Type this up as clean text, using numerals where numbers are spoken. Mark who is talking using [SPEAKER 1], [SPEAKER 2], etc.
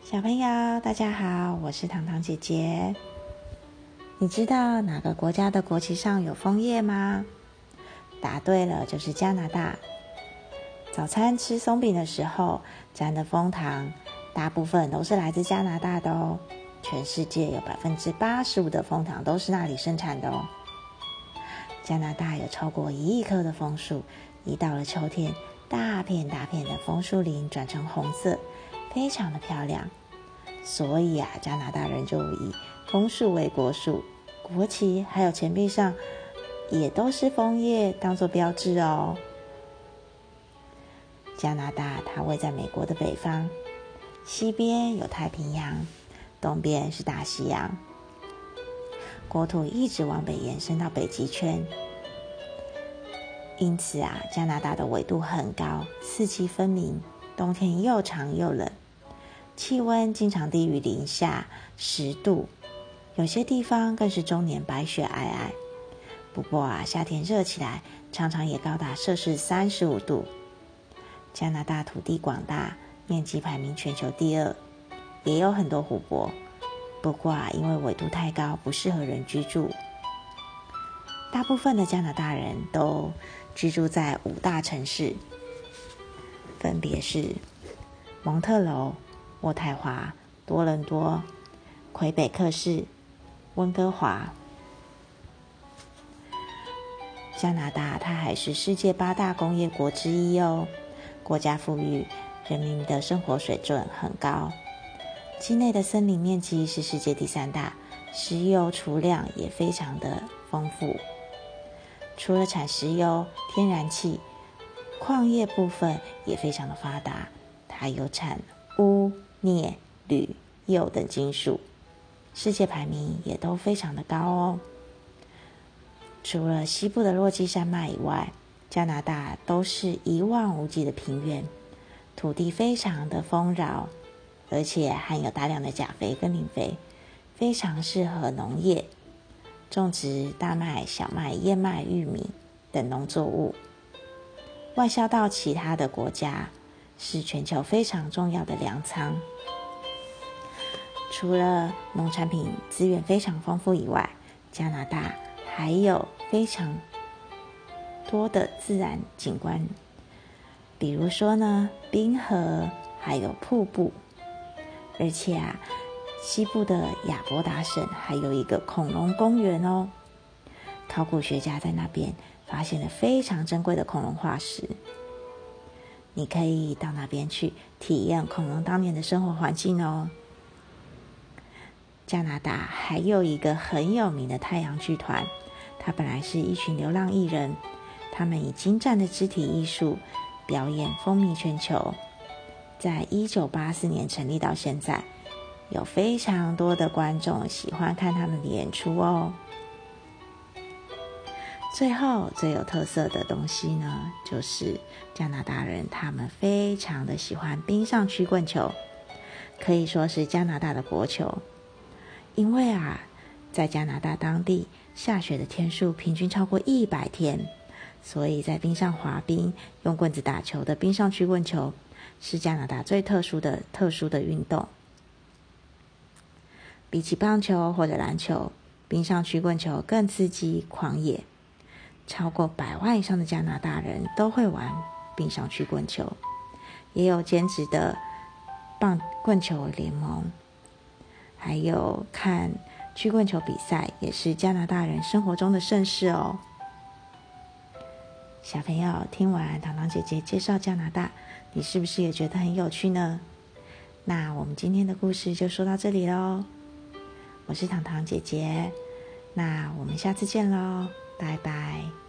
[SPEAKER 1] 小朋友大家好，我是糖糖姐姐。你知道哪个国家的国旗上有枫叶吗？答对了，就是加拿大。早餐吃松饼的时候沾的枫糖大部分都是来自加拿大的哦，全世界有 85% 的枫糖都是那里生产的哦。加拿大有超过1亿棵的枫树，一到了秋天，大片大片的枫树林转成红色，非常的漂亮。所以加拿大人就以枫树为国树，国旗还有钱币上也都是枫叶当作标志哦。加拿大它位在美国的北方，西边有太平洋，东边是大西洋，国土一直往北延伸到北极圈。因此加拿大的纬度很高，四季分明，冬天又长又冷，气温经常低于零下10度，有些地方更是终年白雪皑皑。不过夏天热起来，常常也高达摄氏35度。加拿大土地广大，面积排名全球第2，也有很多湖泊。不过因为纬度太高，不适合人居住。大部分的加拿大人都居住在5大城市，分别是蒙特娄、渥太华、多伦多、魁北克市、温哥华。加拿大它还是世界8大工业国之一哦，国家富裕，人民的生活水准很高。境内的森林面积是世界第3大，石油储量也非常的丰富。除了产石油、天然气，矿业部分也非常的发达，它有产钨、镍、铝、铀等金属，世界排名也都非常的高哦。除了西部的落基山脉以外，加拿大都是一望无际的平原，土地非常的丰饶，而且含有大量的钾肥跟磷肥，非常适合农业，种植大麦、小麦、燕麦、玉米等农作物，外销到其他的国家，是全球非常重要的粮仓。除了农产品资源非常丰富以外，加拿大还有非常多的自然景观，比如说冰河还有瀑布，而且西部的亚伯达省还有一个恐龙公园哦。考古学家在那边发现了非常珍贵的恐龙化石，你可以到那边去体验恐龙当年的生活环境哦。加拿大还有一个很有名的太阳剧团，它本来是一群流浪艺人，他们以精湛的肢体艺术表演风靡全球，在1984年成立到现在，有非常多的观众喜欢看他们的演出哦。最后最有特色的东西呢，就是加拿大人他们非常的喜欢冰上曲棍球，可以说是加拿大的国球。因为在加拿大当地下雪的天数平均超过100天，所以在冰上滑冰用棍子打球的冰上曲棍球是加拿大最特殊的运动。比起棒球或者篮球，冰上曲棍球更刺激狂野，超过100万以上的加拿大人都会玩冰上曲棍球，也有兼职的棒棍球联盟，还有看曲棍球比赛，也是加拿大人生活中的盛事哦。小朋友听完糖糖姐姐介绍加拿大，你是不是也觉得很有趣呢？那我们今天的故事就说到这里咯，我是糖糖姐姐，那我们下次见咯，拜拜。